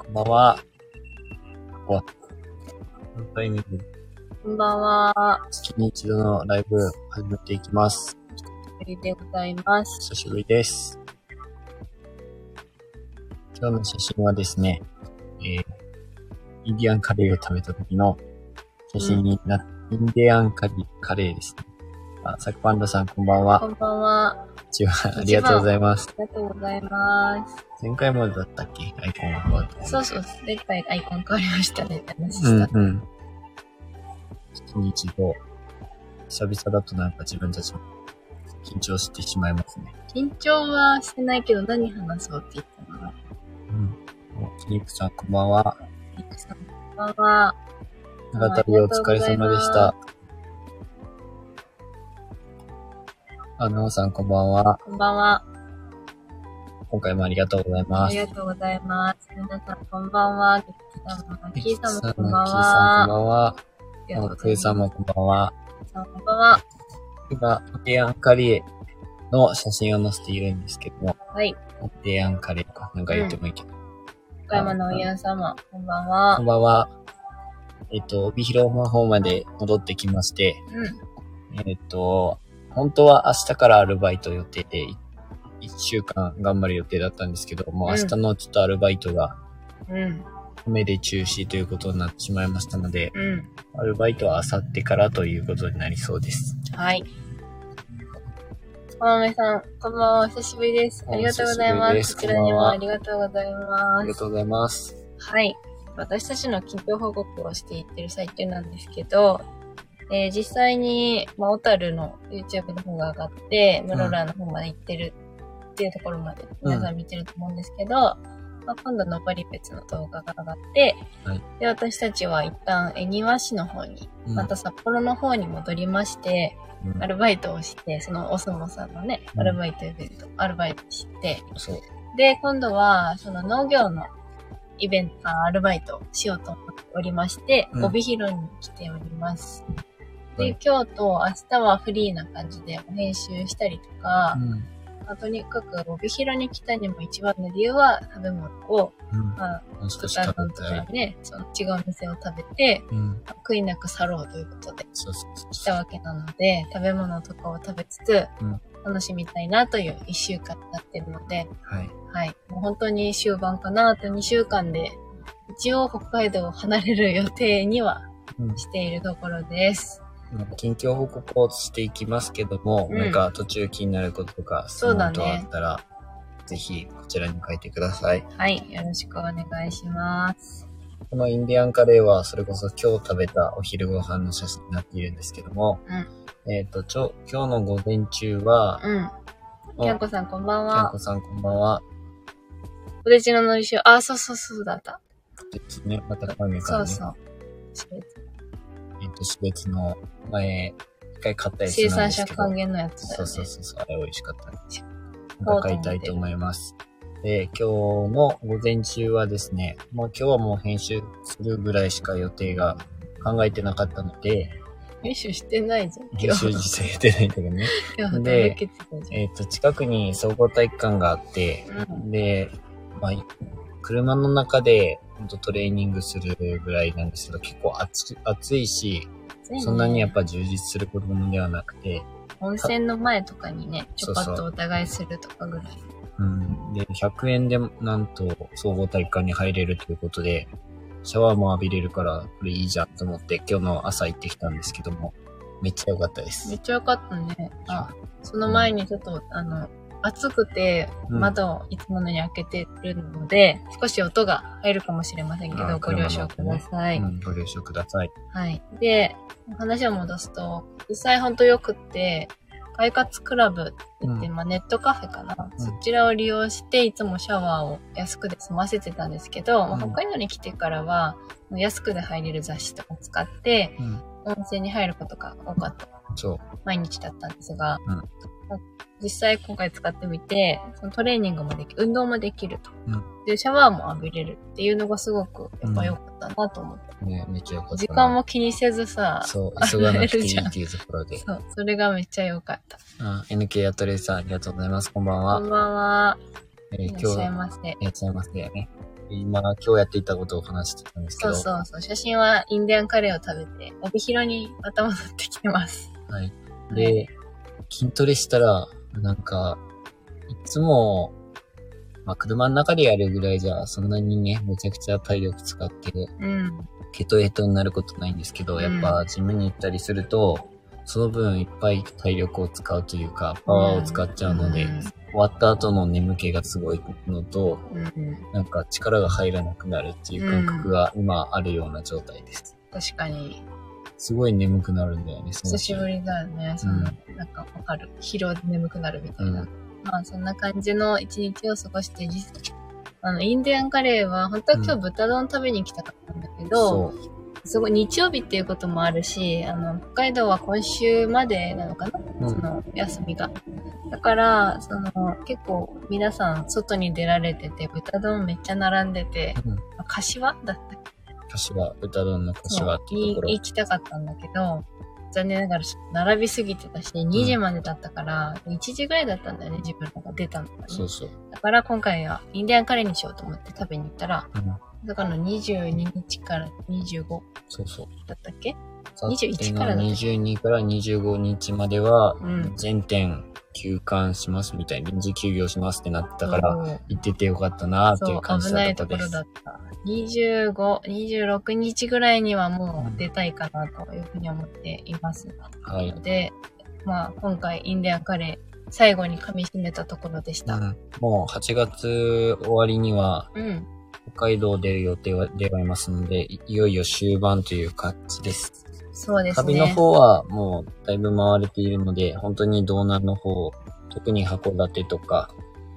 こんばんは。このタイミングでこんばんは。 月に一度のライブ始めていきます。 お久しぶりでございます。 久しぶりです。今日の写真はですね、インディアンカレーを食べた時の写真になって、インディアンカレーですね。あ、サクパンダさんこんばんは。 こんばんは。 ありがとうございます。 ありがとうございます。 前回までだったっけアイコンが変わった。 そうそう、前回アイコン変わりましたねって話した。 月に一度、久々だとなんか自分たちも緊張してしまいますね。 緊張はしてないけど何話そうって言ったのかな。 キニックさんこんばんは。 キニックさんこんばんは。 長旅お疲れ様でした。なおさんこんばんは。 こんばんは。 今回もありがとうございます。 ありがとうございます。皆さんこんばんは。キーさんもこんばんは。 キーさんこんばんは。クエさんもこんばんは。 こんばんは。 今、インディアンカレーの写真を載せているんですけども。 はい。 インディアンカレーか。なんか言ってもいいけど。 岡山のおやん様、こんばんは。 こんばんは。帯広の方まで戻ってきまして。本当は明日からアルバイト予定で、1週間頑張る予定だったんですけど、もう明日のちょっとアルバイトが、雨で中止ということになってしまいましたので、アルバイトは明後日からということになりそうです。 はい。おまめさん、こんばんは、お久しぶりです。ありがとうございます。こちらにもありがとうございます。 ありがとうございます。 はい。私たちの近況報告をしていってる最中なんですけど、実際に、小樽の YouTube の方が上がって、室蘭の方まで行ってるっていうところまで皆さん見てると思うんですけど、今度登別の動画が上がって、で、私たちは一旦恵庭市の方に、また札幌の方に戻りまして、アルバイトをして、そのお相撲さんのね、アルバイトして、で、今度は、その農業のイベント、アルバイトをしようと思っておりまして、帯広に来ております。で、今日と明日はフリーな感じで編集したりとか、とにかく帯広に来たにも一番の理由は食べ物を、作ったのとかね、その違う店を食べて、悔いなく去ろうということで来たわけなので、食べ物とかを食べつつ、楽しみたいなという1週間になっているので、はい。もう本当に終盤かな。あと2週間で、一応北海道を離れる予定にはしているところです。 近況報告をしていきますけども、なんか途中気になることとか、質問とあったら、ぜひこちらに書いてください。 はい。よろしくお願いします。 このインディアンカレーは、それこそ今日食べたお昼ご飯の写真になっているんですけども、今日の午前中は、 キャンコさんこんばんは。 キャンコさんこんばんは。 ポテチののり塩、そうだった。 ポテチね、またファミからね。 そう。 私別の前、一回買ったやつ生産なんですけど。 者還元のやつだよね。 そう。あれ美味しかったんですよ。また買いたいと思います。で、今日の午前中はですね、もう今日はもう編集するぐらいしか予定が考えてなかったので、 編集してないじゃん。 編集実際やってないんだけどね。で、近くに総合体育館があって、で、車の中でトレーニングするぐらいなんですけど、結構暑いし、そんなにやっぱ充実することではなくて、 温泉の前とかにね、ちょこっとお互いするとかぐらい。 で、100円でなんと総合体育館に入れるということで、シャワーも浴びれるから、これいいじゃんと思って今日の朝行ってきたんですけども、めっちゃ良かったです。 めっちゃ良かったね。その前にちょっと、暑くて窓をいつものように開けてるので、少し音が入るかもしれませんけど、ご了承ください。 ご了承ください。 はい。で、話を戻すと、実際ほんとよくって、快活クラブって言って、ネットカフェかな、そちらを利用して、いつもシャワーを安くで済ませてたんですけど、北海道に来てからは、安くで入れる雑誌とか使って、温泉に入ることが多かった。毎日だったんですが、実際今回使ってみて、そのトレーニングもできる、運動もできると。で、シャワーも浴びれるっていうのがすごくやっぱ良かったなと思って。 めっちゃ良かった。 時間も気にせずさ、 急がなくていいっていうところで。 そう、それがめっちゃ良かった。 NK アトレイさんありがとうございます。こんばんは。 こんばんは。 いらっしゃいませ。いらっしゃいませね。 今日やっていたことを話してたんですけど。 そう。写真はインディアンカレーを食べて、帯広にまた戻ってきてます。 はい。で、筋トレしたら、なんか、いつも、まあ、車の中でやるぐらいじゃ、そんなにね、めちゃくちゃ体力使って、ヘトヘトになることないんですけど、やっぱ、ジムに行ったりすると、その分いっぱい体力を使うというか、パワーを使っちゃうので、終わった後の眠気がすごいのと、なんか力が入らなくなるっていう感覚が今あるような状態です。 確かに。 すごい眠くなるんだよね。 久しぶりだよね。なんかわかる。疲労で眠くなるみたいな。まあそんな感じの一日を過ごして、インディアンカレーは本当は今日豚丼食べに行きたかったんだけど、すごい日曜日っていうこともあるし、北海道は今週までなのかな、その休みが。だから、結構皆さん外に出られてて、豚丼めっちゃ並んでて、柏だったっけ？ 柏、豚丼の柏っていうところ。 行きたかったんだけど、残念ながら並びすぎてたし、2時までだったから、1時ぐらいだったんだよね、自分が出たのがね。 そう。 だから今回はインディアンカレーにしようと思って食べに行ったら、だから22日から25だったっけ？ 21 からだったっけ ？22から25日までは、全店休館しますみたいに、臨時休業しますってなってたから、行っててよかったなーっていう感じだったです。 危ないところだった。25、26日ぐらいにはもう出たいかなというふうに思っています。 はい。 で、まあ今回インディアンカレー、最後に噛み締めたところでした。 もう8月終わりには、北海道出る予定ではいますので、いよいよ終盤という感じです。 そうですね。 旅の方はもうだいぶ回れているので、本当に道南の方、特に函館とか、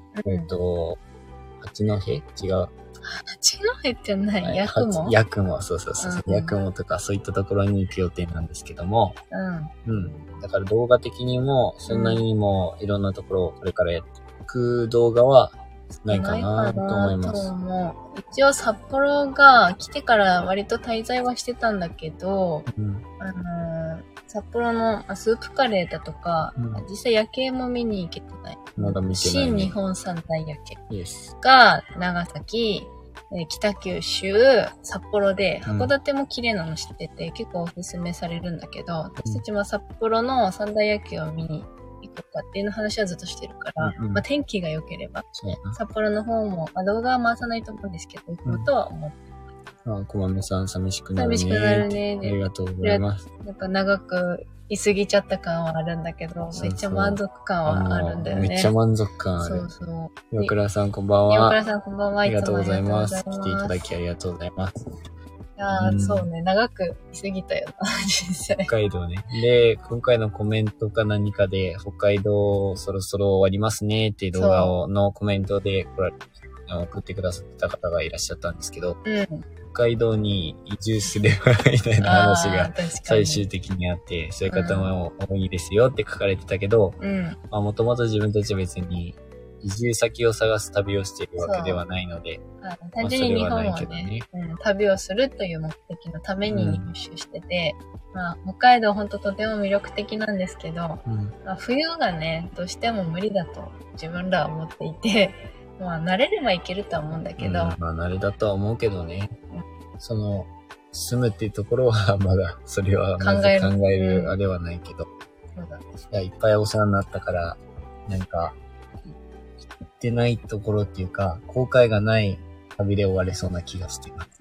八戸？違う。 八戸じゃない、八雲？ 八雲、そう。八雲とかそういったところに行く予定なんですけども、だから動画的にも、そんなにもいろんなところをこれからやっていく動画はないかなと思います。 一応札幌が来てから割と滞在はしてたんだけど、札幌のスープカレーだとか、実際夜景も見に行けてない。 まだ見てない、 新日本三大夜景が長崎、北九州、札幌で、函館も綺麗なの知ってて、結構おすすめされるんだけど、私たちも札幌の三大夜景を見に行くかっていう話はずっとしてるから、まあ天気が良ければ、札幌の方も、動画は回さないと思うんですけど、行くとは思ってます。 こまめさん寂しくなるね。 寂しくなるね。 ありがとうございます。 なんか長く居すぎちゃった感はあるんだけど、めっちゃ満足感はあるんだよね。 めっちゃ満足感ある。 そう。 岩倉さんこんばんは。 岩倉さんこんばんは。 ありがとうございます。来ていただきありがとうございます。 いやー、そうね、長く居すぎたよな、実際。 北海道ね。で、今回のコメントか何かで、北海道そろそろ終わりますねっていう動画のコメントで送ってくださった方がいらっしゃったんですけど、北海道に移住すればみたいな話が最終的にあって、そういう方も多いですよって書かれてたけど、もともと自分たちは別に移住先を探す旅をしているわけではないので、 単純に日本はね、旅をするという目的のために入手してて、北海道本当とても魅力的なんですけど、冬がね、どうしても無理だと自分らは思っていて、慣れればいけるとは思うんだけど。 慣れだとは思うけどね。住むっていうところはまだ、それはまず考えるあれはないけど。 そうだね。 いや、いっぱいお世話になったから、なんか、行ってないところっていうか、後悔がない旅で終われそうな気がしています。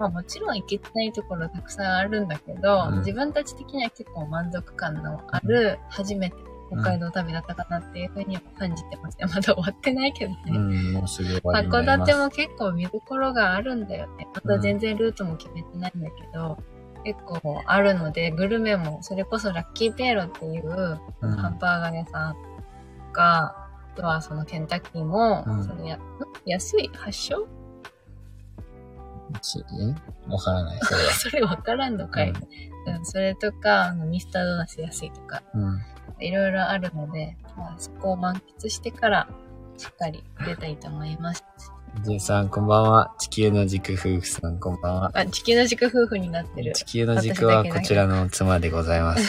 もちろん行けてないところたくさんあるんだけど、自分たち的には結構満足感のある初めて北海道旅だったかなっていうふうには感じてますね。まだ終わってないけどね。 もうすぐ終わりになります。 函館も結構見どころがあるんだよね。また全然ルートも決めてないんだけど、結構あるので、グルメもそれこそラッキーペーロっていうハンバーガー屋さんが、あとはそのケンタッキーも、安い発祥わからない。 それわからんのかい。それとか、ミスタードーナツ安いとか、いろいろあるので、そこを満喫してから、しっかり出たいと思います。 ジンさん、こんばんは。地球の軸夫婦さん、こんばんは。 地球の軸夫婦になってる。 地球の軸はこちらの妻でございます。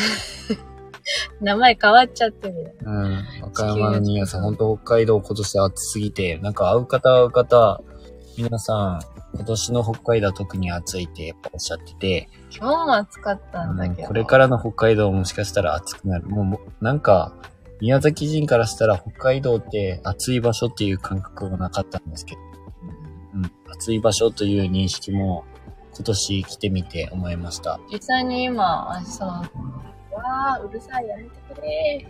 名前変わっちゃってる。 和歌山の皆さん、本当北海道今年暑すぎて、なんか会う方、 皆さん、今年の北海道は特に暑いってやっぱおっしゃってて。 今日も暑かったんだけど。 これからの北海道もしかしたら暑くなる。もう、なんか、宮崎人からしたら北海道って暑い場所っていう感覚がなかったんですけど。暑い場所という認識も今年来てみて思いました。 実際に今、わー、うるさい、やめてくれ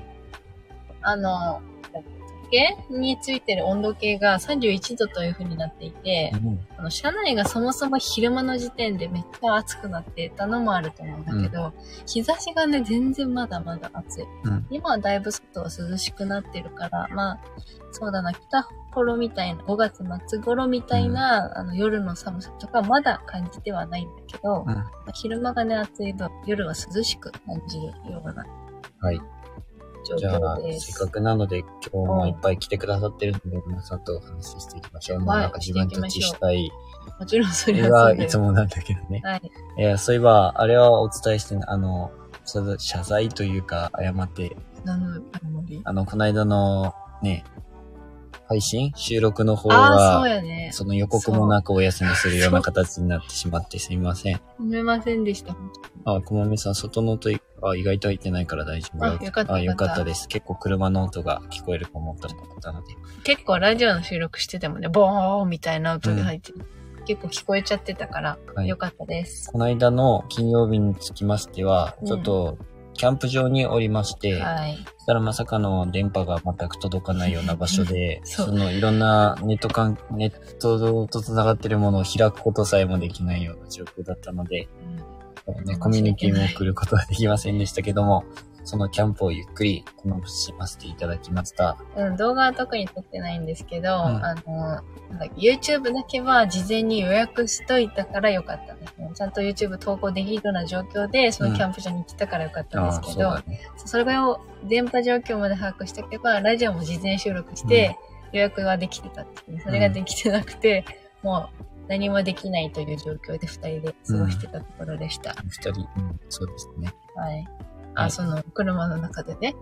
時計についてる温度計が31度という風になっていて、車内がそもそも昼間の時点でめっちゃ暑くなってたのもあると思うんだけど、日差しがね、全然まだまだ暑い。今はだいぶ外は涼しくなってるから、まあ、そうだな、来た頃みたいな、5月末頃みたいな、夜の寒さとかまだ感じてはないんだけど、昼間がね、暑いと夜は涼しく感じるような。 はい。じゃあ、せっかくなので今日もいっぱい来てくださってるので、皆さんとお話ししていきましょう。なんか自分たちしたい。 もちろんそれはそうです。 いつもなんだけどね。 はい。 そういえば、あれはお伝えして、謝罪というか、謝って。この間のね、収録の方は、その予告もなくお休みするような形になってしまってすみません。 すみませんでした。 こまみさん、外の音、意外と入ってないから大丈夫だ。 よかった。 よかったです。結構車の音が聞こえると思ったので。 結構ラジオの収録しててもね、ボーンみたいな音が入ってる。結構聞こえちゃってたから、よかったです。 この間の金曜日につきましては、ちょっと、キャンプ場におりまして、そしたらまさかの電波が全く届かないような場所で、いろんなネットと繋がってるものを開くことさえもできないような状況だったので、コミュニティも送ることはできませんでしたけども、そのキャンプをゆっくり楽しませていただきました。 動画は特に撮ってないんですけど、YouTube だけは事前に予約しといたからよかったんですね。ちゃんと YouTube 投稿できるような状況で、そのキャンプ場に来たからよかったんですけど、それを電波状況まで把握しておけば、ラジオも事前収録して予約ができてたっていう、それができてなくて、もう何もできないという状況で2人で過ごしてたところでした。 2人、そうですね。 はい。その車の中でね。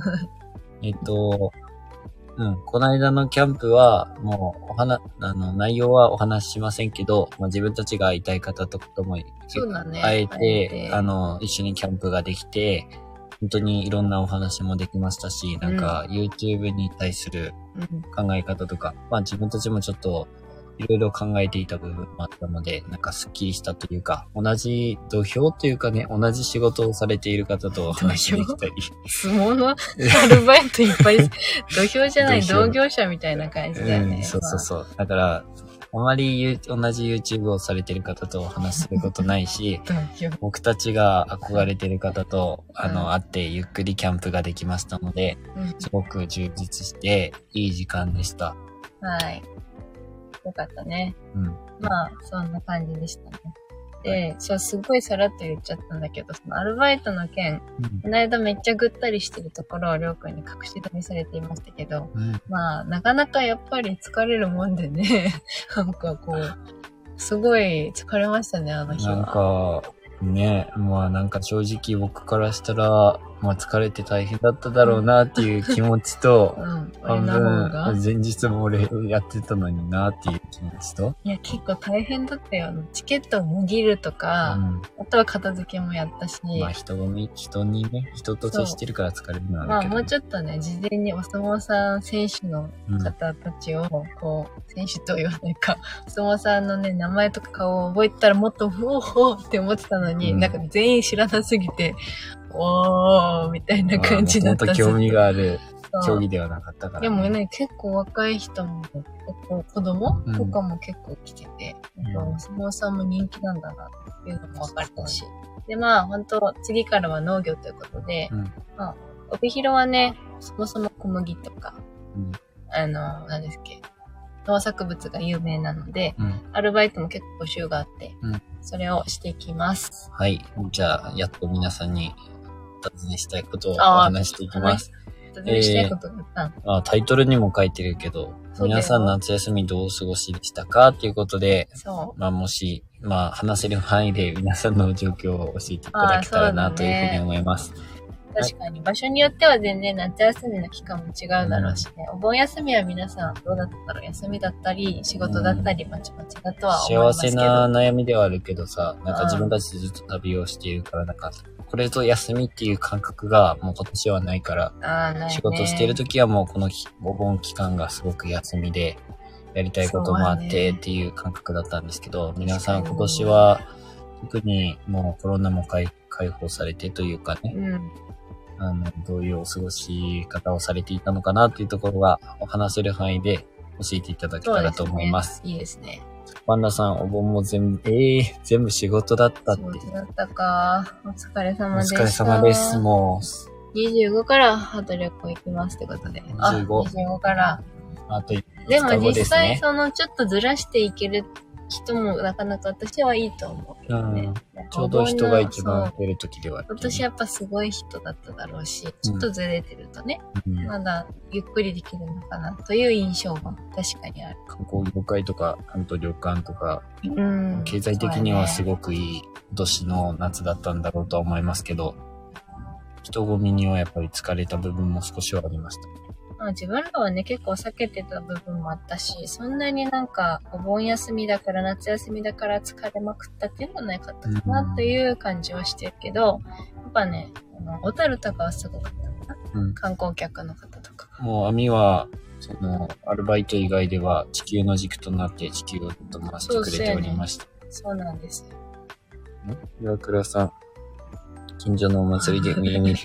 この間のキャンプは、もう、内容はお話ししませんけど、自分たちが会いたい方とかも会えて、一緒にキャンプができて、本当にいろんなお話もできましたし、なんか YouTube に対する考え方とか、自分たちもちょっといろいろ考えていた部分もあったので、なんかスッキリしたというか、同じ土俵というかね、同じ仕事をされている方とお話できたり。 相撲のアルバイトいっぱい、土俵じゃない同業者みたいな感じだよね。 そう。だから、あまり同じ YouTube をされている方とお話しすることないし、僕たちが憧れている方と、会ってゆっくりキャンプができましたので、すごく充実していい時間でした。 はい。よかったね。そんな感じでしたね。で、すごいさらっと言っちゃったんだけど、そのアルバイトの件、この間めっちゃぐったりしてるところをりょうくんに隠し撮りされていましたけど、なかなかやっぱり疲れるもんでね、なんかすごい疲れましたね、あの日は。 なんか、ね、なんか正直僕からしたら、疲れて大変だっただろうなっていう気持ちと、半分、前日も俺やってたのになっていう気持ちと。 いや、結構大変だったよ。チケットをもぎるとか、あとは片付けもやったし。 人と接してるから疲れるのはあるけど。 もうちょっとね、事前にお相撲さん選手の方たちを、選手と言わないか、お相撲さんのね、名前とか顔を覚えたらもっと、って思ってたのに、なんか全員知らなすぎて、おーみたいな感じだった。 もっと興味がある競技ではなかったから、 でもね、結構若い人も、子供とかも結構来てて、お相撲さんも人気なんだなっていうのも分かったし。で、本当次からは農業ということで、帯広はね、そもそも小麦とか、何ですっけ、農作物が有名なので、アルバイトも結構募集があって、それをしていきます。 はい。じゃあ、やっと皆さんにお尋ねしたいことをお話していきます。 お尋ねしたいことがあったタイトルにも書いてるけど、皆さん夏休みどうお過ごしでしたかっていうことで、もし、話せる範囲で皆さんの状況を教えていただけたらなというふうに思います。 確かに。場所によっては全然夏休みの期間も違うだろうしね。お盆休みは皆さんどうだったろう。休みだったり、仕事だったり、まちまちだとは思いますけど。 幸せな悩みではあるけどさ、なんか自分たちでずっと旅をしているから、なんか、これぞ休みっていう感覚がもう今年はないから、 ないね、 仕事している時はもうこのお盆期間がすごく休みで、やりたいこともあってっていう感覚だったんですけど、皆さん今年は特にもうコロナも解放されてというかね、どういうお過ごし方をされていたのかなというところが話せる範囲で教えていただけたらと思います。 いいですね。 パンダさん、お盆も全部仕事だったって。仕事だったか。お疲れ様でした。 お疲れ様です。もう。25から鳩旅行行きますってことで。25から。でも実際ちょっとずらしていける人もなかなか私はいいと思うけどね。 ちょうど人が一番増える時ではある、 今年やっぱすごい人だっただろうし、ちょっとずれてるとね、まだゆっくりできるのかなという印象が確かにある。 観光業界とか、旅館とか、経済的にはすごくいい今年の夏だったんだろうとは思いますけど、人混みにはやっぱり疲れた部分も少しはありました。 自分らはね、結構避けてた部分もあったし、そんなになんか、お盆休みだから夏休みだから疲れまくったっていうのはなかったかなという感じはしてるけど、やっぱね、小樽とかはすごかったかな、観光客の方とか。 もう網は、アルバイト以外では地球の軸となって地球をずっと回してくれておりました。 そうなんですよ。 岩倉さん、近所のお祭りで見る見る。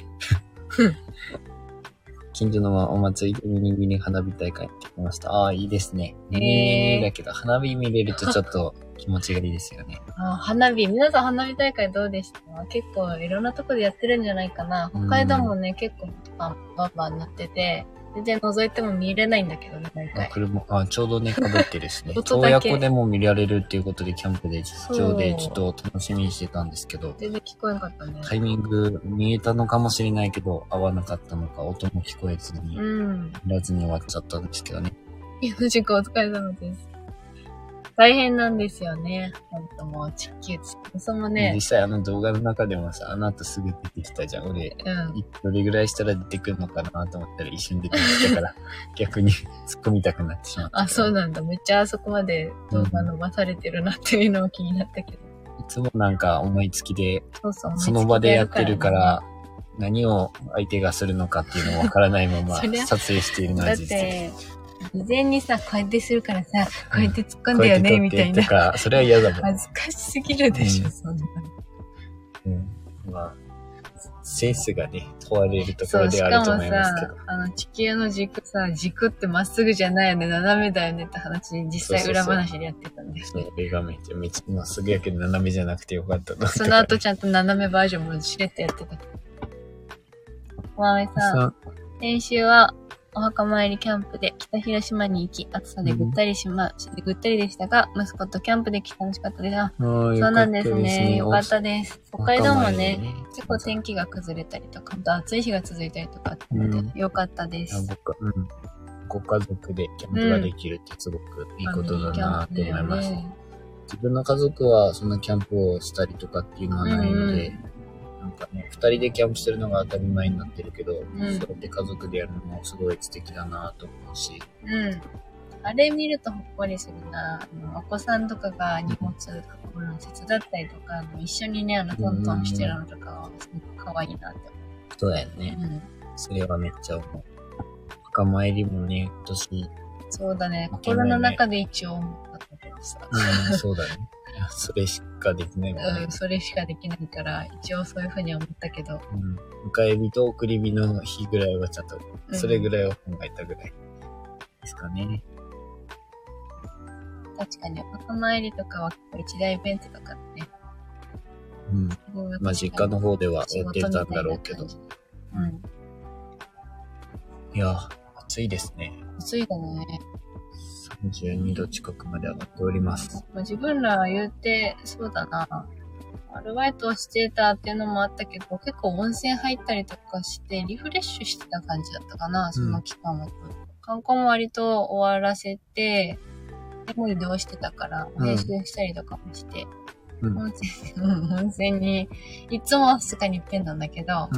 近所のお祭りでミニミニ花火大会に行ってきました。ああ、いいですね。ミニミニだけど、花火見れるとちょっと気持ちがいいですよね。 花火、皆さん花火大会どうでした？結構いろんなとこでやってるんじゃないかな。北海道もね、結構バンバンなってて、全然覗いても見れないんだけどね、大体。 ちょうどね、被ってですね。洞爺湖でも見られるっていうことで、キャンプで実況でちょっと楽しみにしてたんですけど。 全然聞こえなかったね。 タイミング見えたのかもしれないけど、合わなかったのか、音も聞こえずに、見らずに終わっちゃったんですけどね。 お疲れ様です。大変なんですよね。ほんともう地球、そもね。 実際動画の中でもさ、あの後すぐ出てきたじゃん。俺、どれぐらいしたら出てくるのかなと思ったら一瞬出てきたから、逆に突っ込みたくなってしまった。 そうなんだ。めっちゃあそこまで動画伸ばされてるなっていうのも気になったけど。いつもなんか思いつきで、その場でやってるから、何を相手がするのかっていうのもわからないまま撮影しているのは事実です。 事前にさ、こうやってするからさ、こうやって突っ込んだよね、みたいな。 とか、それは嫌だもん。 恥ずかしすぎるでしょ、そんな。 まあ、センスがね、問われるところではあると思いますけど。 しかもさ、地球の軸ってまっすぐじゃないよね、斜めだよねって話、実際裏話でやってたんです。 それがめっちゃまっすぐやけど斜めじゃなくてよかったな。 その後ちゃんと斜めバージョンもしれっとやってた。おまめさん、先週は、お墓参りキャンプで北広島に行き、暑さでぐったりでしたが、息子とキャンプできて楽しかったです。そうなんですね。よかったです。北海道もね、結構天気が崩れたりとか、暑い日が続いたりとかってので、よかったです。 ご家族でキャンプができるってすごくいいことだなって思いました。自分の家族はそんなキャンプをしたりとかっていうのはないので、なんかね、二人でキャンプするのが当たり前になってるけど、そうやって家族でやるのもすごい素敵だなと思うし。 あれ見るとほっこりするな。お子さんとかが荷物運ぶの手伝ったりとか、一緒にね、トントンしてるのとかはすごく可愛いなって思う。 そうだよね。それはめっちゃ思う。墓参りもね、今年。 そうだね。心の中で一応思ったんだけどさ。 そうだね。それしかできないもんね。 それしかできないから、一応そういう風に思ったけど。 迎え火と送り火の日ぐらいはちゃんと、それぐらいを考えたぐらいですかね。 確かに、お墓参りとかは一大イベントだからね。 まあ実家の方ではやってたんだろうけど。いや、暑いですね。 暑いだね。 32度近くまで上がっております。 自分らは言うて、そうだな。アルバイトをしてたっていうのもあったけど、結構温泉入ったりとかして、リフレッシュしてた感じだったかな、その期間は。観光も割と終わらせて、でも移動してたから、練習したりとかもして、温泉に、いつもは2日に一遍なんだけど、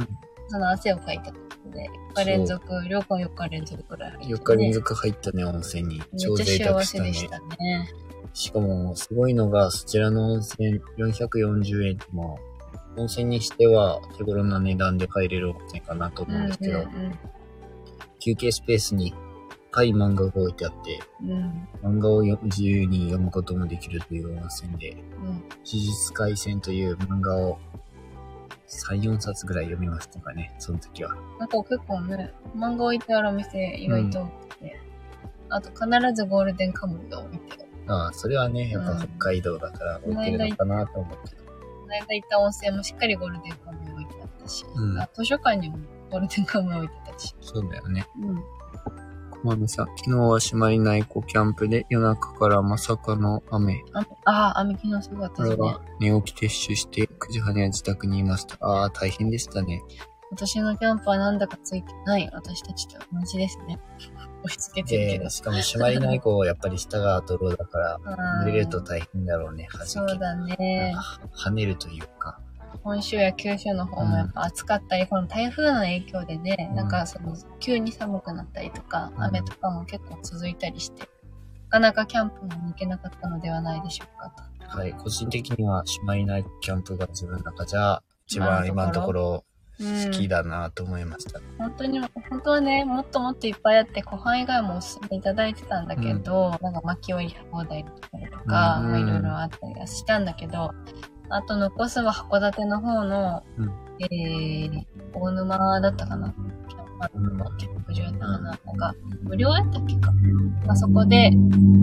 その汗をかいたことで、4日連続、両方4日連続くらい入った、ね。 4日連続入ったね、温泉に。超贅沢したね。めっちゃ幸せでしたね。しかも、すごいのが、そちらの温泉440円も、温泉にしては手頃な値段で入れる温泉かなと思うんですけど、休憩スペースに深い漫画が置いてあって、漫画を自由に読むこともできるという温泉で、呪術廻戦という漫画を3、4冊ぐらい読みましたかね、その時は。 なんか結構ね、漫画置いてあるお店意外と多くて、あと必ずゴールデンカムイが置いてある。 ああ、それはね、やっぱ北海道だから置いてるのかなと思うけど。 この間行った温泉もしっかりゴールデンカムイ置いてあったし、図書館にもゴールデンカムイ置いてたし。 そうだよね。こまめさん、昨日は朱鞠内湖キャンプで夜中からまさかの雨。 雨昨日すごかったですね。 寝起き撤収して9時半には自宅にいました。大変でしたね。 今年のキャンプはなんだかついてない私たちと同じですね。押し付けてるけど。 しかも朱鞠内湖やっぱり下が泥だから、濡れると大変だろうね。 そうだね。 跳ねるというか。 本州や九州の方もやっぱ暑かったり、この台風の影響でね、なんか急に寒くなったりとか、雨とかも結構続いたりして、なかなかキャンプも行けなかったのではないでしょうかと。 はい、個人的には朱鞠内キャンプが自分の中じゃ一番今のところ好きだなと思いました。 本当はね、もっともっといっぱいあって、ご飯以外もおすすめいただいてたんだけど、なんか薪追い放題とか、いろいろあったりはしたんだけど、あと残すは函館の方の、大沼だったかな。キャンパーのキャンプ場やったかな。なんか、無料やったっけか。あそこで、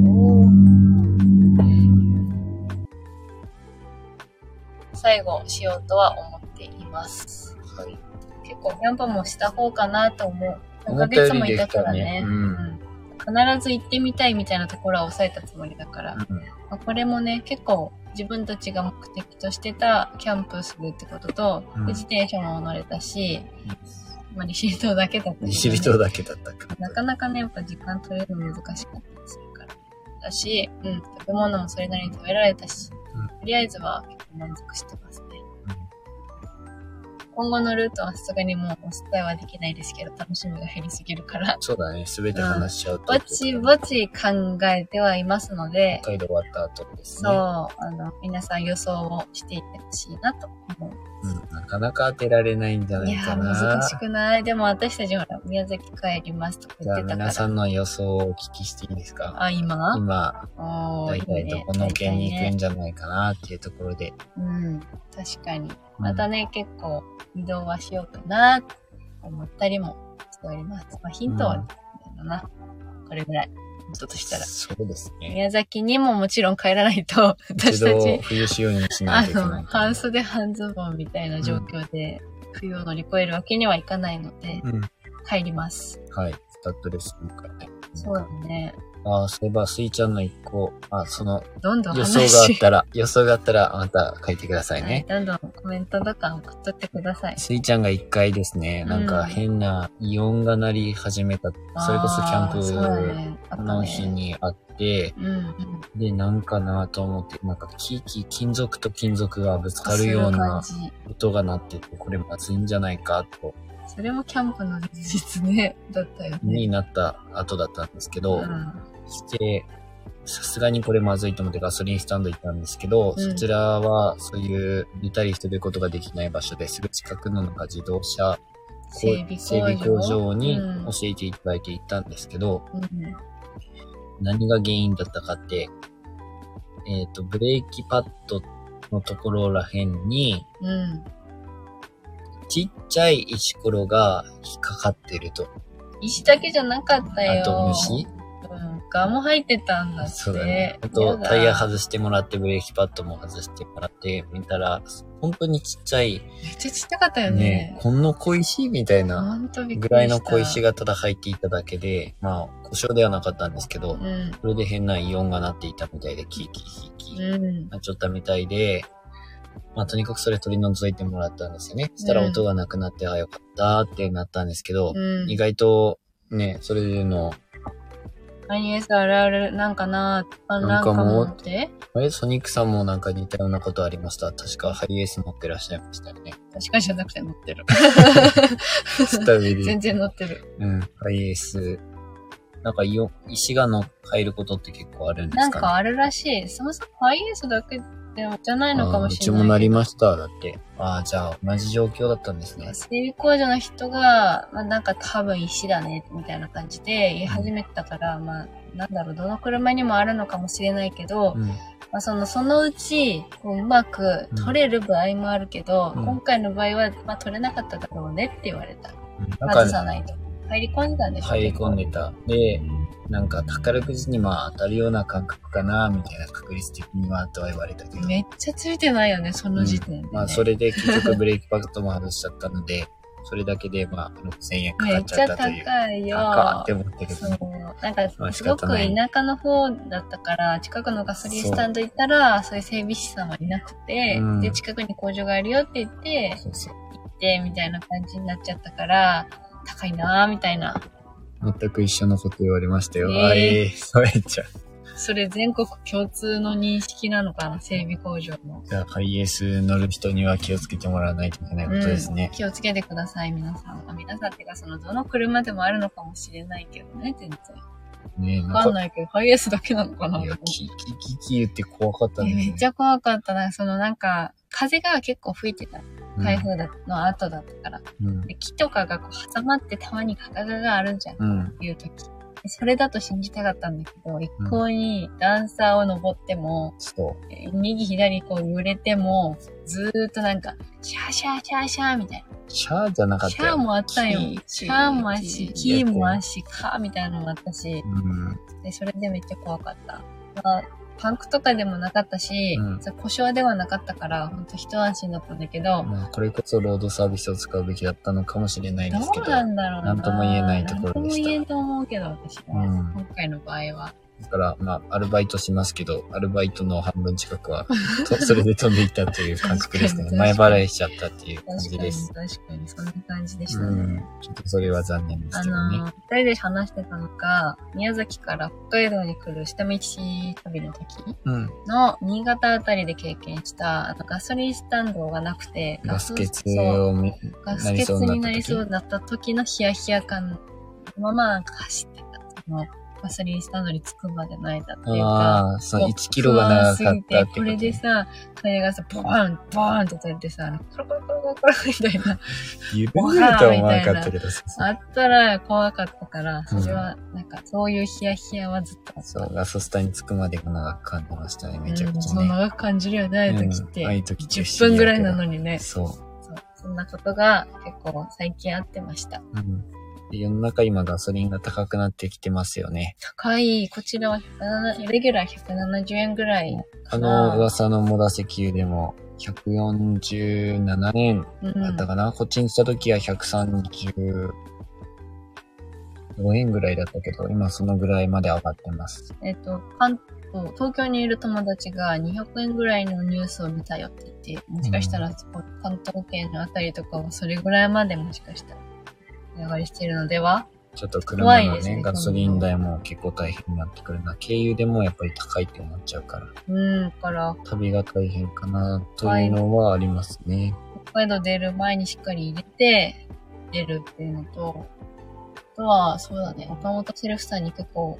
最後しようとは思っています。 はい。 結構キャンプもした方かなと思う。何ヶ月もいたからね。必ず行ってみたいみたいなところは抑えたつもりだから。これもね、結構自分たちが目的としてたキャンプするってことと、自転車も乗れたし、利尻島だけだった、ね。利尻島だけだったか。 なかなかね、やっぱ時間取れるの難しかったりするから。だし、食べ物もそれなりに食べられたし、とりあえずは結構満足してますね。今後のルートはさすがにもうお伝えはできないですけど、楽しみが減りすぎるから。 そうだね、すべて話しちゃうと。 ぼちぼち考えてはいますので。 北海道終わった後ですね。 そう、皆さん予想をしていってほしいなと思う。 なかなか当てられないんじゃないかな。 いや、難しくない。でも私たちほら、宮崎帰りますとか言ってたから。 じゃあ皆さんの予想をお聞きしていいですか？ 今、 大体どこの県に行くんじゃないかなっていうところで。 確かに。またね、結構移動はしようかなと思ったりもしております。ヒントは、これぐらい。だとしたら。 そうですね。 宮崎にももちろん帰らないと、私たち。 冬仕様にしないといけない。 半袖半ズボンみたいな状況で、冬を乗り越えるわけにはいかないので、帰ります。 はい。スタッドレスにからね。 そうだね。 そういえば、スイちゃんの一個、 どんどん予想があったら、また書いてくださいね。 どんどんコメントとか送っとってください。 スイちゃんが一回ですね、なんか変なイオンが鳴り始めた。それこそキャンプの日にあって、で、なんかなと思って、なんか金属と金属がぶつかるような音が鳴ってて、これまずいんじゃないかと。 それもキャンプの前日ね、だったよね。 になった後だったんですけど、して、さすがにこれまずいと思ってガソリンスタンド行ったんですけど、そちらはそういう寝たりすることができない場所ですぐ近くのなんか自動車整備工場に教えていただいて行ったんですけど、何が原因だったかって、ブレーキパッドのところらへんに、ちっちゃい石ころが引っかかってると。 石だけじゃなかったよ。 あと虫？ ガも入ってたんだって。 そうだね。あと、タイヤ外してもらって、ブレーキパッドも外してもらって、見たら、本当にちっちゃい。 めっちゃちっちゃかったよね。 この小石みたいな、ぐらいの小石がただ入っていただけで、故障ではなかったんですけど、それで変なイオンが鳴っていたみたいで、キーキーキーキー、なっちゃったみたいで、とにかくそれ取り除いてもらったんですよね。そしたら音がなくなって、よかったってなったんですけど、意外とね、それでの、 IS あるあるなんかな、 なんかもうって。 ソニックさんもなんか似たようなことありました。確かハイエース乗ってらっしゃいましたよね。 確かじゃなくて乗ってる。 スタビリ。 全然乗ってる。 うん、ハイエース。なんか石が入ることって結構あるんですかね。 なんかあるらしい。そもそもハイエースだけじゃないのかもしれない。 うちもなりました、だって。じゃあ同じ状況だったんですね。 整備工場の人が、なんか多分石だね、みたいな感じで言い始めたから、なんだろう、どの車にもあるのかもしれないけど、そのうち、うまく取れる場合もあるけど、今回の場合は、取れなかっただろうねって言われた。外さないと。入り込んでたんでしょ。 入り込んでた。で、なんか宝くじに当たるような感覚かな、みたいな確率的にはとは言われたけど。 めっちゃついてないよね、その時点で、ね。 それで結局ブレーキパッドも外しちゃったので、それだけで6000円かかっちゃったという。 めっちゃ高いよ。 高って思ったけど。 そう。なんか、すごく田舎の方だったから、近くのガソリンスタンド行ったら、そういう整備士さんはいなくて、で、近くに工場があるよって言って、行って、みたいな感じになっちゃったから、高いなぁ、みたいな。 全く一緒のこと言われましたよ。そうやっちゃう。 それ全国共通の認識なのかな、整備工場の。 じゃあ、ハイエース乗る人には気をつけてもらわないといけないことですね。 気をつけてください、皆さん。皆さんっていうか、どの車でもあるのかもしれないけどね、全然。ね、わかんないけど、ハイエースだけなのかな。 いや、キ言って怖かったね。 めっちゃ怖かったな。なんか、風が結構吹いてた。台風の後だったから。で木とかが挟まってたまにガガがあるじゃん。いう時。それだと信じたかったんだけど、一向に段差を登っても、右左揺れても、ずーっとなんか、シャーシャーシャーシャーみたいな。 シャーじゃなかったよ。 シャーもあったよ。シャーもあるし、キーもあるし、カーみたいなのもあったし、で、それでめっちゃ怖かった。パンクとかでもなかったし、故障ではなかったから、ほんと一安心だったんだけど、 これこそロードサービスを使うべきだったのかもしれないですけど。 どうなんだろうな。 なんとも言えないところでした。 なんとも言えんと思うけど、私は。今回の場合は。 だから、アルバイトしますけど、アルバイトの半分近くは、それで飛んでいったという感覚ですね。前払いしちゃったっていう感じです。 確かに、そんな感じでしたね。 ちょっとそれは残念ですけどね。 二人で話してたのが、宮崎から北海道に来る下道旅の時の新潟あたりで経験した、ガソリンスタンドがなくて、 ガス欠になりそうだった時のヒヤヒヤ感のままなんか走ってた。ガソリンスタンドに着くまでの間っていうか、 1キロが長かったってこと。 これでさ、タイヤがさ、ボーン、ボーンって取れてさ、コロコロコロコロコロみたいな。 緩んでるとは思わなかったけどさ。 あったら怖かったから、それは、なんか、そういうヒヤヒヤはずっとあった。 そう、ガソスタに着くまでが長く感じましたね、めちゃくちゃね。 そう、長く感じるよね、ああいう時って。 ああいう時って 10分ぐらいなのにね。 そう。 そんなことが結構最近あってました。 世の中今ガソリンが高くなってきてますよね。 高い。こちらはレギュラー170円ぐらいかな。 噂のモダ石油でも147円だったかな。こっちに来た時は134円ぐらいだったけど、今そのぐらいまで上がってます。 東京にいる友達が200円ぐらいのニュースを見たよって言って、もしかしたら関東圏のあたりとかはそれぐらいまでもしかしたら値上がりしているのでは。 ちょっと車のね、ガソリン代も結構大変になってくるな。軽油でもやっぱり高いって思っちゃうから。旅が大変かなというのはありますね。 北海道出る前にしっかり入れて出るっていうのと、あとは、そうだね、岡本セルフさんに結構、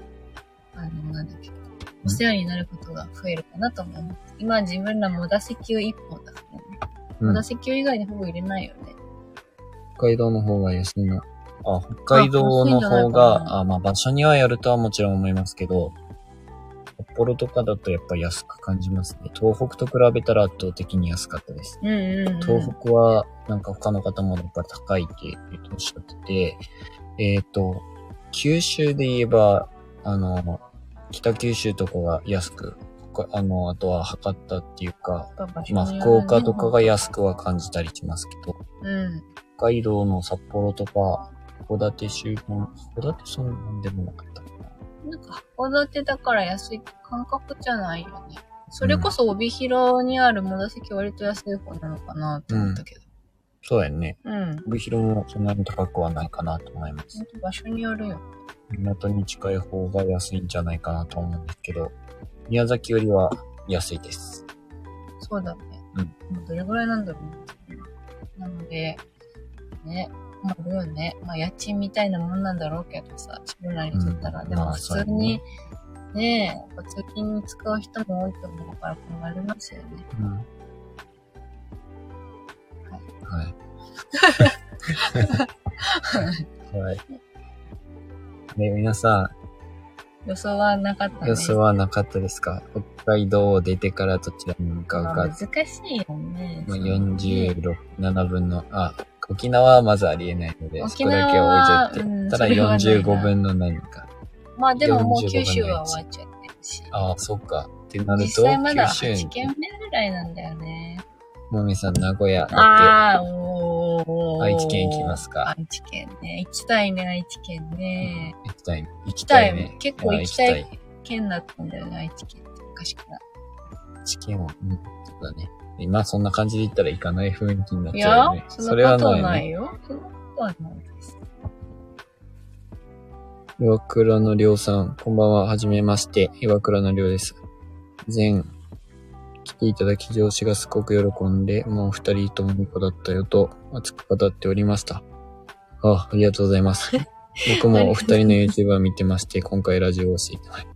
お世話になることが増えるかなと思います。今自分らモダ石油1本だからね。モダ石油以外にほぼ入れないよね。 北海道の方が安いな。北海道の方が、場所にはやるとはもちろん思いますけど、札幌とかだとやっぱり安く感じますね。東北と比べたら圧倒的に安かったです。東北はなんか他の方もやっぱり高いっておっしゃってて、九州で言えば、北九州とかが安く、あとは博多っていうか、福岡とかが安くは感じたりしますけど、北海道の札幌とか、函館周辺、函館そんなんでもなかったかな。 なんか函館だから安い感覚じゃないよね。それこそ帯広にあるモダ石割と安い方なのかなって思ったけど。 そうやんね。 うん。 帯広もそんなに高くはないかなと思います。 場所によるよ。 港に近い方が安いんじゃないかなと思うんですけど、宮崎よりは安いです。 そうだね。 うん。 どれぐらいなんだろう。なので、ね、まあ、あるよね。まあ、家賃みたいなもんなんだろうけどさ、自分らにとったら。でも普通に、ねえ、通勤に使う人も多いと思うから考えますよね。 うん。はい。はい。ね、皆さん。 予想はなかったね。 予想はなかったですか？北海道を出てからどちらに向かうか。 難しいよね。 47分の、沖縄はまずありえないので、そこだけ置いといて。ただ45分の何か。 まあでももう九州は終わっちゃってるし。 ああ、そっか。ってなると、 実際まだ8県目ぐらいなんだよね。 もみさん、名古屋だって。愛知県行きますか？ 愛知県ね。行きたいね、愛知県ね。 行きたいね。 結構行きたい県だったんだよね、愛知県って昔から。 愛知県は、そうだね。今そんな感じで言ったら行かない雰囲気になっちゃうよね。 いや、それはないよ。そんなことはないです。 岩倉のりょうさん、こんばんは、はじめまして、岩倉のりょうです。前、来ていただき上司がすごく喜んで、もう二人ともいい子だったよと、熱く語っておりました。ありがとうございます。僕もお二人の YouTuber を見てまして、今回ラジオを教えてもらいました。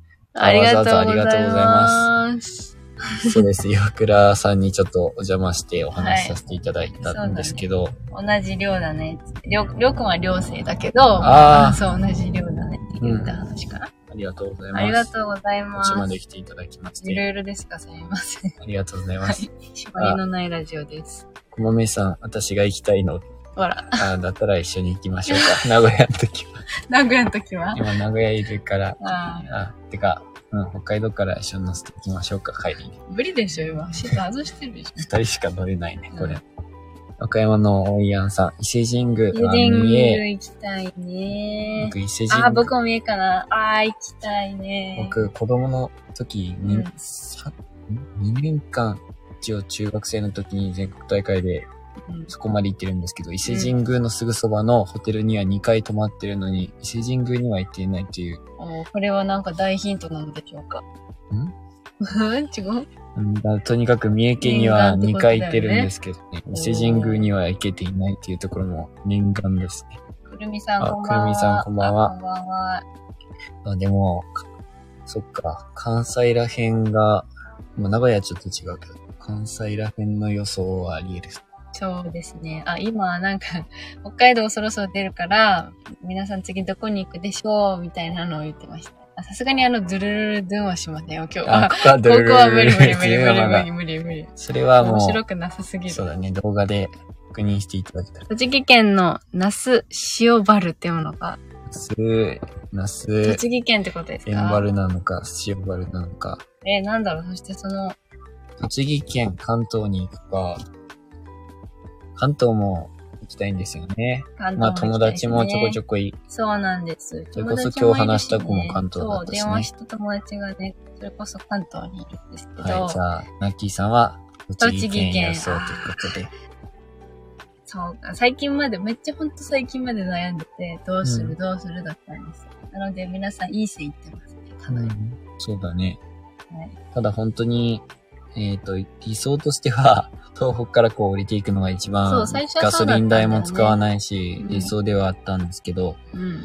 ありがとうございます。 そうです。岩倉さんにちょっとお邪魔してお話しさせていただいたんですけど。 はいね、同じ寮だね。りょうくんは寮生だけど、そう、同じ寮だねって言った話かな。 ありがとうございます。 ありがとうございます。 こっちまで来ていただきまして。 いろいろですか、すみません。 ありがとうございます。 締まりのないラジオです。 こまめさん、私が行きたいの。 ほら。 だったら一緒に行きましょうか。名古屋の時は。 名古屋の時は今名古屋いるから。てか、北海道から一緒に乗せていきましょうか、帰りに。 無理でしょ、今。シート外してるでしょ。 二人しか乗れないね、これ。和歌山のおいやんさん、伊勢神宮は三重。行きたいね。 僕、伊勢神宮。 僕も三重かな。行きたいね。 僕、子供の時に、2年間、一応中学生の時に全国大会で、そこまで行ってるんですけど、伊勢神宮のすぐそばのホテルには2回泊まってるのに、伊勢神宮には行っていないという。 これはなんか大ヒントなのでしょうか。違う？ とにかく三重県には2回行ってるんですけどね、伊勢神宮には行けていないっていうところも念願ですね。 くるみさんこんばんは。 くるみさんこんばんは。 こんばんは。 でも、そっか、関西ら辺が、名古屋はちょっと違うけど、関西ら辺の予想はあり得る。 そうですね。今なんか、北海道そろそろ出るから、皆さん次どこに行くでしょうみたいなのを言ってました。さすがにズルルルドゥンはしませんよ、今日は。ここは無理。 それはもう、 面白くなさすぎる。 そうだね、動画で確認していただけたら。 栃木県の那須塩原っていうのが。 那須。 栃木県ってことですか？ 塩原なのか、塩原なのか。 なんだろう、そして栃木県、関東に行くか、関東も行きたいんですよね。友達もちょこちょこそうなんです。 それこそ今日話した子も関東だったしね。 そう、電話した友達がね、それこそ関東にいるんですけど。 はい、じゃあ、ナッキーさんは栃木県予想ということで。 そう、めっちゃほんと最近まで悩んでて、どうするだったんですよ。なので皆さんいい線いってますね、かなり。 そうだね。 はい、 ただ本当に、理想としては、東北から降りていくのが一番、ガソリン代も使わないし、理想ではあったんですけど、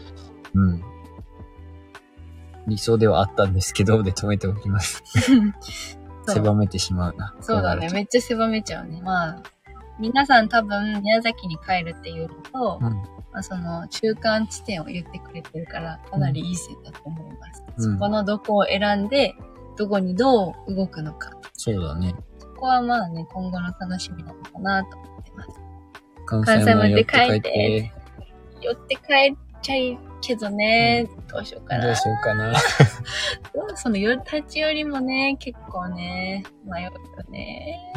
理想ではあったんですけど、で止めておきます。狭めてしまうな。 そうだね、めっちゃ狭めちゃうね。皆さん多分宮崎に帰るっていうのと、中間地点を言ってくれてるから、かなりいい線だと思います。そこのどこを選んで、どこにどう動くのか。 そうだね。 そこは今後の楽しみなのかなと思ってます。 関西まで帰って。 寄って帰っちゃいけどね、どうしようかな。その立ち寄りもね、結構ね、迷うよね。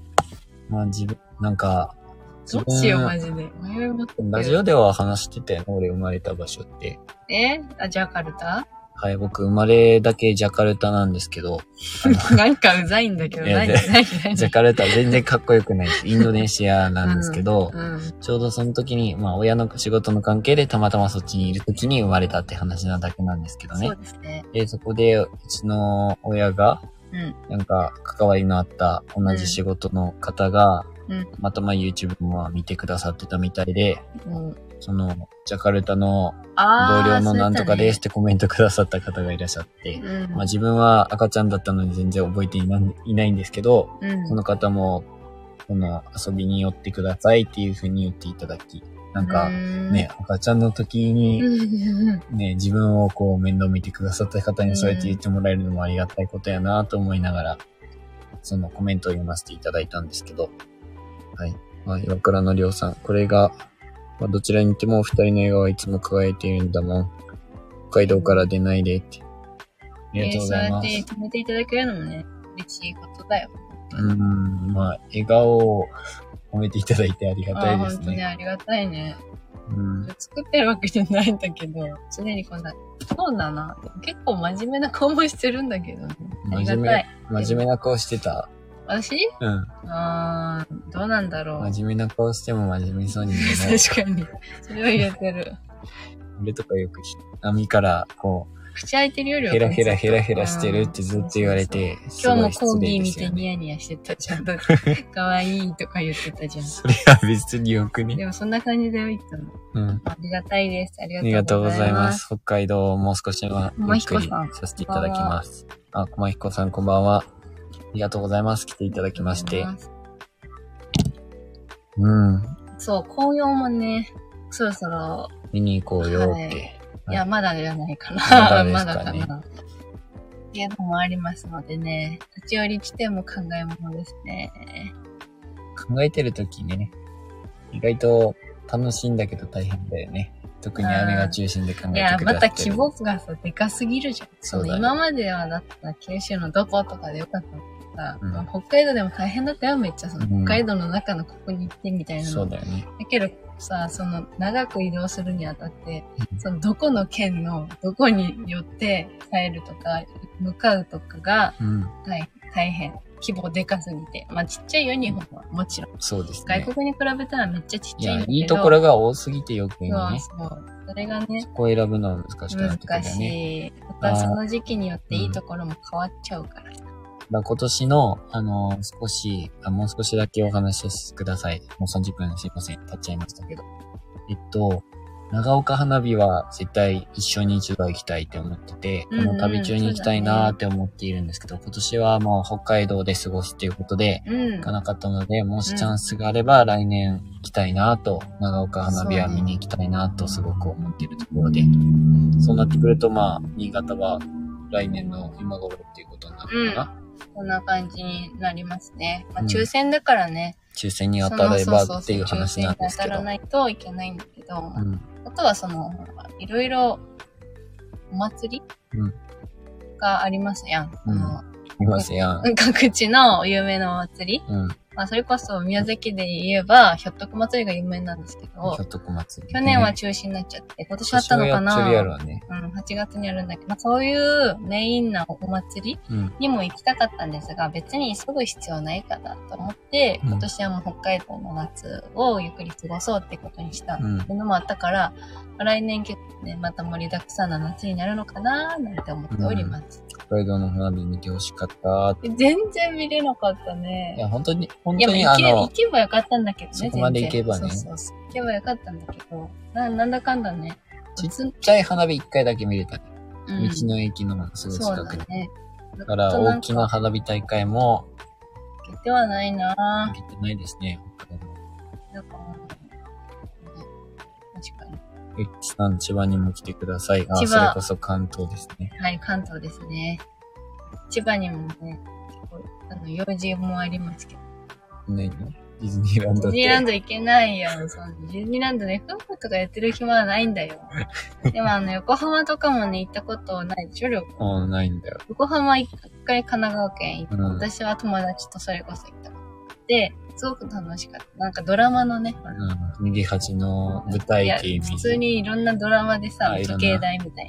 どうしよう、マジで。迷いまくってる。 ラジオでは話してたよね、俺生まれた場所って。 ジャカルタ？ はい、僕生まれだけジャカルタなんですけど。 なんかうざいんだけど、何ジャカルタ全然かっこよくないです。インドネシアなんですけど、ちょうどその時に、まあ親の仕事の関係でたまたまそっちにいる時に生まれたって話なだけなんですけどね。 そうですね。 で、そこでうちの親が、なんか関わりのあった同じ仕事の方が、またま YouTube も見てくださってたみたいで、その、ジャカルタの同僚のなんとかですってコメントくださった方がいらっしゃって、まあ自分は赤ちゃんだったので全然覚えていないんですけど、その方も、この遊びに寄ってくださいっていう風に言っていただき、なんかね、赤ちゃんの時に、ね、自分をこう面倒見てくださった方にそうやって言ってもらえるのもありがたいことやなと思いながら、そのコメントを読ませていただいたんですけど、はい。まあ、岩倉のりょうさん、これが、まあ、どちらにいても二人の笑顔はいつも輝いているんだもん。北海道から出ないでって。ありがとうございます。 そうやって止めていただけるのもね、嬉しいことだよ。 まあ、笑顔を褒めていただいてありがたいですね。 本当にありがたいね。作ってるわけじゃないんだけど、常にこんな、そうだな。結構真面目な顔もしてるんだけどね。ありがたい。 真面目な顔してた。 私？どうなんだろう。 真面目な顔しても真面目そうに見えない。 確かに。それは言えてる。 俺とかよく波からこう、 口開いてるよりはヘラヘラしてるってずっと言われて、 今日もコーギー見てニヤニヤしてたじゃん。かわいいとか言ってたじゃん。 それは別によくね。 でもそんな感じでいつも。ありがたいです。ありがとうございます。 北海道もう少しはゆっくりさせていただきます。駒彦さんこんばんは。ありがとうございます。来ていただきまして。 そう、紅葉もね、そろそろ。 見に行こうよって。 いや、まだじゃないかな。まだかな。っていうのもありますのでね、立ち寄り地点も考えものですね。 考えてるときね、意外と楽しいんだけど大変だよね。特に雨が中心で考えてくださってる。 いや、また規模がさ、でかすぎるじゃん。そうだね。今まではだった九州のどことかでよかったの。北海道でも大変だったよ、めっちゃ。その北海道の中のここに行ってみたいなの。 そうだよね。 だけどさ、その長く移動するにあたって、そのどこの県のどこによって帰るとか、向かうとかが大変。規模でかすぎて。まあちっちゃいよ、日本は。もちろん。 そうですね。 外国に比べたらめっちゃちっちゃいんだけど。 いいところが多すぎてよくね。 そう。それがね。 そこを選ぶのは難しくなってくるよね。 難しい。またその時期によっていいところも変わっちゃうからさ。 今年の、もう少しだけお話ししてください。もう30分すいません。経っちゃいましたけど。長岡花火は絶対一緒に一度行きたいって思ってて、この旅中に行きたいなーって思っているんですけど、今年はもう北海道で過ごすっていうことで、行かなかったので、もしチャンスがあれば来年行きたいなーと、長岡花火は見に行きたいなーとすごく思っているところで、そうなってくると新潟は来年の今頃っていうことになるのかな。 こんな感じになりますね。抽選だからね。 抽選に当たればっていう話なんですけど。 抽選に当たらないといけないんだけど、あとはいろいろお祭りがありますやん。 いますやん。 各地の有名なお祭り。それこそ宮崎で言えば、ひょっとこ祭りが有名なんですけど、 ひょっとこ祭り。 去年は中止になっちゃって、今年あったのかな8月にあるんだけど、そういうメインなお祭りにも行きたかったんですが、別に急ぐ必要ないかなと思って、今年はもう北海道の夏をゆっくり過ごそうってことにしたっていうのもあったから、来年結構ね、また盛りだくさんな夏になるのかななんて思っております。 北海道の花火見てほしかった全然見れなかったね。 いや、本当に行けばよかったんだけどね。 そこまで行けばね。 そう。行けばよかったんだけど、なんだかんだね。 ちっちゃい花火一回だけ見れたね。道の駅のすぐ近くに。ね。だから大きな花火大会も、 行けてはないなぁ。 行けてないですね、北海道。 だから、確かに。 さん、千葉にも来てください。それこそ関東ですね。 はい、関東ですね。千葉にもね、用事もありますけど。 ね、ディズニーランドって。 ディズニーランド行けないやん。ディズニーランドで夫婦とかやってる暇はないんだよ。でも横浜とかもね、行ったことないでしょ、 ないんだよ。 横浜一回神奈川県行って、私は友達とそれこそ行ったで、すごく楽しかった。なんかドラマのね、 逃げ恥の舞台系普通にいろんなドラマでさ、時計台みたいな。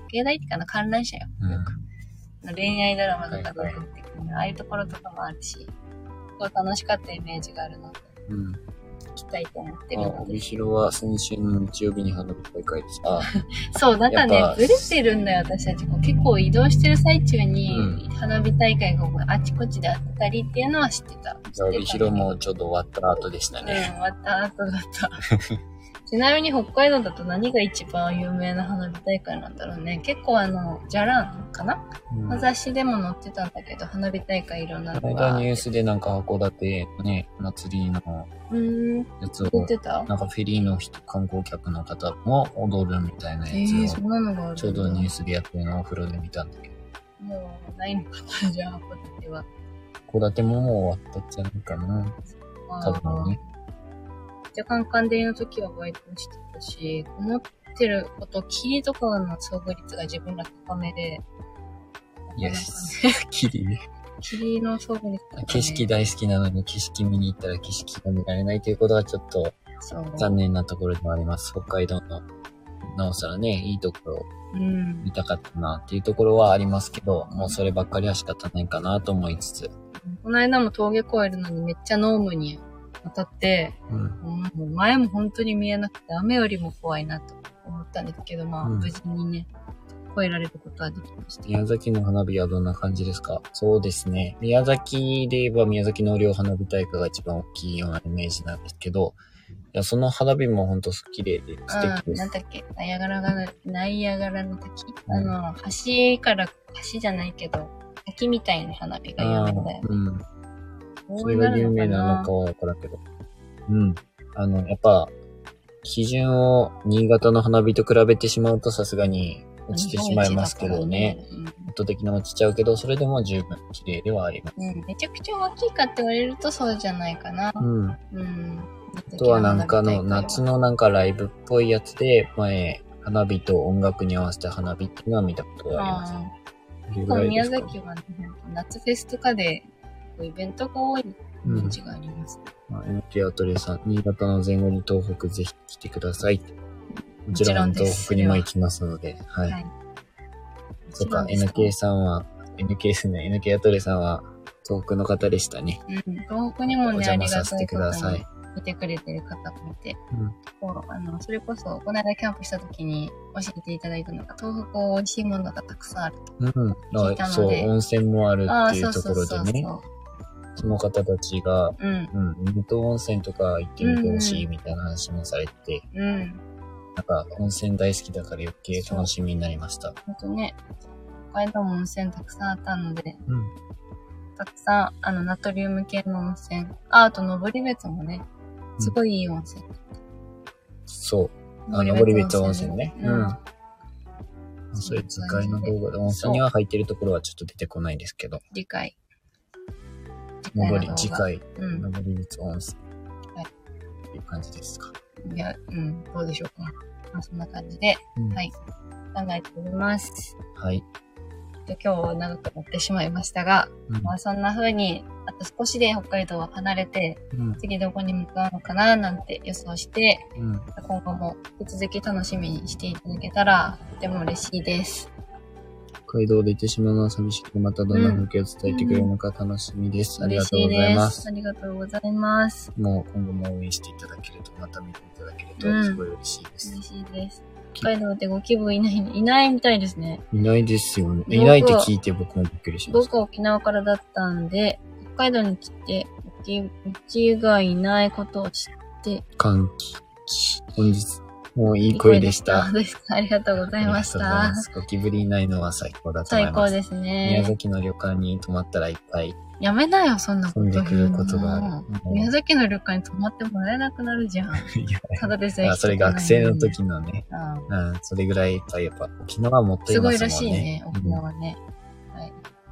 境内ってかな、観覧車よ。恋愛ドラマとかで出てくる、ああいうところとかもあるし、すごい楽しかったイメージがあるので、行きたいと思ってるので。 帯広は先週の日曜日に花火大会でさ。 そう、なんかね、ずれてるんだよ、私たち。結構移動してる最中に、花火大会があちこちであったりっていうのは知ってた。 帯広もちょうど終わった後でしたね。 終わった後だった。ちなみに北海道だと何が一番有名な花火大会なんだろうね。結構じゃらんかな、雑誌でも載ってたんだけど、花火大会いろんなのが。 この間ニュースでなんか函館ね、祭りのやつを、なんかフェリーの観光客の方も踊るみたいなやつを、 そんなのがあるちょうどニュースでやってるのをお風呂で見たんだけど。 もうないのかな、じゃあ函館は。 函館ももう終わったんじゃないかな。多分ね。 カンカンデーの時はバイトしてたし、思ってること、霧とかの遭遇率が自分ら高めで。 イエス。霧ね。 霧の遭遇率高め。景色大好きなのに景色見に行ったら景色が見られないということはちょっと残念なところでもあります。北海道のなおさらね、いいところを見たかったなっていうところはありますけど、もうそればっかりは仕方ないかなと思いつつ。 この間も峠越えるのにめっちゃ濃霧に当たって、もう前も本当に見えなくて、雨よりも怖いなと思ったんですけど、無事にね、越えられることはできました。 宮崎の花火はどんな感じですか？そうですね。宮崎で言えば宮崎の両花火大会が一番大きいようなイメージなんですけど、いや、その花火も本当綺麗で素敵です。 なんだっけ、ナイアガラの滝、橋から橋じゃないけど、滝みたいな花火が有名だよね。 それが有名なのかはわからんけど。やっぱ、基準を新潟の花火と比べてしまうとさすがに落ちてしまいますけどね。圧倒的に落ちちゃうけど、それでも十分綺麗ではあります。 めちゃくちゃ大きいかって言われるとそうじゃないかな。 あとはなんか夏のなんかライブっぽいやつで、前、花火と音楽に合わせた花火っていうのは見たことがあります。 宮崎はね、夏フェスとかでイベントが多いイメージがあります。 NK アトリエさん、新潟の前後に東北ぜひ来てください。もちろん東北にも行きますので、はい。そうか、NK さんは、NK アトリエさんは東北の方でしたね。 東北にもね、 お邪魔させてください。 見てくれてる方もいて、それこそ、この間キャンプした時に教えていただいたのが、東北美味しいものがたくさんあると聞いたので。 そう、温泉もあるっていうところでね。その方たちが、水戸温泉とか行ってみてほしいみたいな話もされて、なんか温泉大好きだから余計楽しみになりました。 ほんとね、北海道も温泉たくさんあったので、たくさん、ナトリウム系の温泉、あと登別もね、すごいいい温泉。 そう。登別温泉ね。それ図解の動画で温泉には入ってるところはちょっと出てこないんですけど。 次回。 登別温泉。っていう感じですか。 いや、どうでしょうか。そんな感じで、はい。考えております。 はい。 今日は長くなってしまいましたが、そんな風に、あと少しで北海道は離れて、次どこに向かうのかななんて予想して、今後も引き続き楽しみにしていただけたら、とても嬉しいです。 北海道でいてしまうのは寂しくて、またどんな風景を伝えてくれるのか楽しみです。ありがとうございます。 ありがとうございます。 もう今後も応援していただけると、また見ていただけると、すごい嬉しいです。 嬉しいです。北海道でご気分いないみたいですね。 いないですよね。いないって聞いて僕もびっくりしました。 僕は沖縄からだったんで、北海道に来て、うちがいないことを知って、 歓喜。本日、もういい声でした。 ありがとうございました。 ゴキブリいないのは最高だと思います。 最高ですね。 宮崎の旅館に泊まったらいっぱい。 やめなよ、そんなこと。 飛んでくることがある。 宮崎の旅館に泊まってもらえなくなるじゃん。ただでさえ。 それ学生の時のね。それぐらいいっぱいやっぱ、沖縄もっといますもんね。 すごいらしいね、沖縄ね。はい。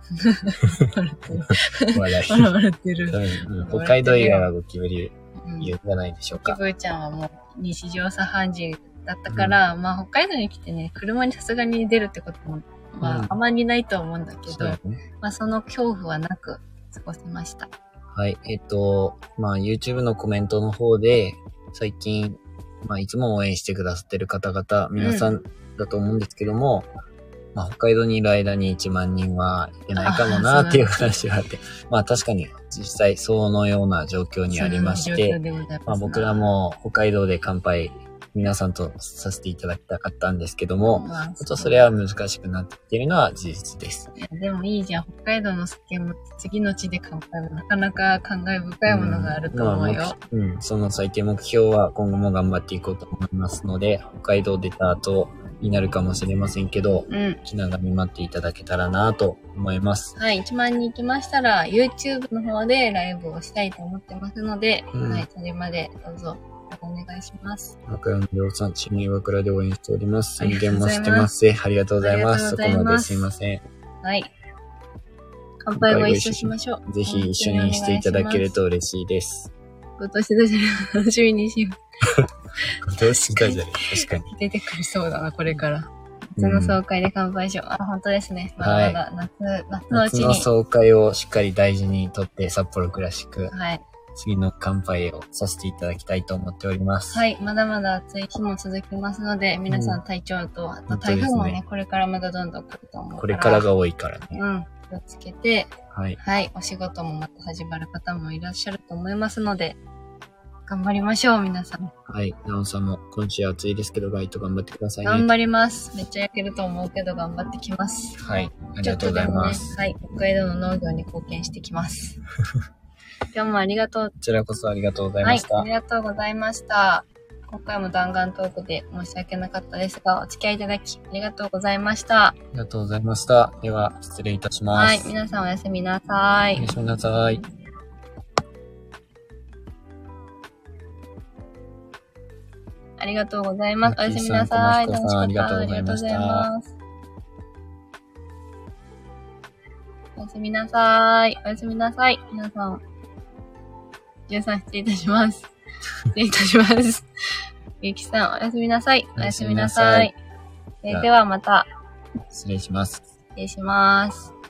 笑ってる。 北海道以外はゴキブリいるんじゃないでしょうか。 ゴキブリちゃんはもう日常茶飯事だったから、まあ北海道に来てね、車にさすがに出るってことも、まああまりないとは思うんだけど、まあその恐怖はなく過ごせました。 はい、まあ YouTube のコメントの方で、最近、まあいつも応援してくださってる方々、皆さんだと思うんですけども、 まあ、北海道にいる間に1万人はいけないかもなっていう話があって、まあ確かに実際そのような状況にありまして、まあ僕らも北海道で乾杯皆さんとさせていただきたかったんですけども、ちょっとそれは難しくなってきているのは事実です。 いや、でもいいじゃん。北海道の酒も次の地で乾杯もなかなか感慨深いものがあると思うよ。 その最低目標は今後も頑張っていこうと思いますので、北海道出た後になるかもしれませんけど、気長に待っていただけたらなと思います。 はい、1万人行きましたら、YouTube の方でライブをしたいと思ってますので、はい、それまでどうぞ。お願いします。 若山亮さん、チーム岩倉で応援しております。宣伝もしてます。ありがとうございます。そこまですいません。 はい。乾杯を一緒しましょう。 ぜひ一緒にしていただけると嬉しいです。 今年ダジャレ楽しみにしよう。 今年ダジャレ、確かに。 出てくるそうだな、これから。夏の総会で乾杯しよう。あ、本当ですね。まだまだ夏のうちに。夏の総会をしっかり大事にとって、札幌クラシック。はい。次の乾杯をさせていただきたいと思っております。 はい。まだまだ暑い日も続きますので、皆さん体調と、あと台風もね、これからまだどんどん来ると思うから。 これからが多いからね。 気をつけて、 はい。 はい。お仕事もまた始まる方もいらっしゃると思いますので、頑張りましょう、皆さん。 はい。ナオンさんも今週暑いですけど、ライト頑張ってくださいね。 頑張ります。めっちゃ焼けると思うけど、頑張ってきます。 はい。ありがとうございます。 はい。北海道の農業に貢献してきます。今日もありがとう。 こちらこそありがとうございました。 はい、ありがとうございました。今回も弾丸トークで申し訳なかったですが、お付き合いいただきありがとうございました。 ありがとうございました。では、失礼いたします。 はい、皆さんおやすみなさい。 おやすみなさい。 ありがとうございます。おやすみなさい。楽しかった。 ありがとうございました。 おやすみなさい。おやすみなさい。皆さん。13失礼いたします。失礼いたします。ゆきさん、おやすみなさい。おやすみなさい。ではまた。 失礼します。 失礼します。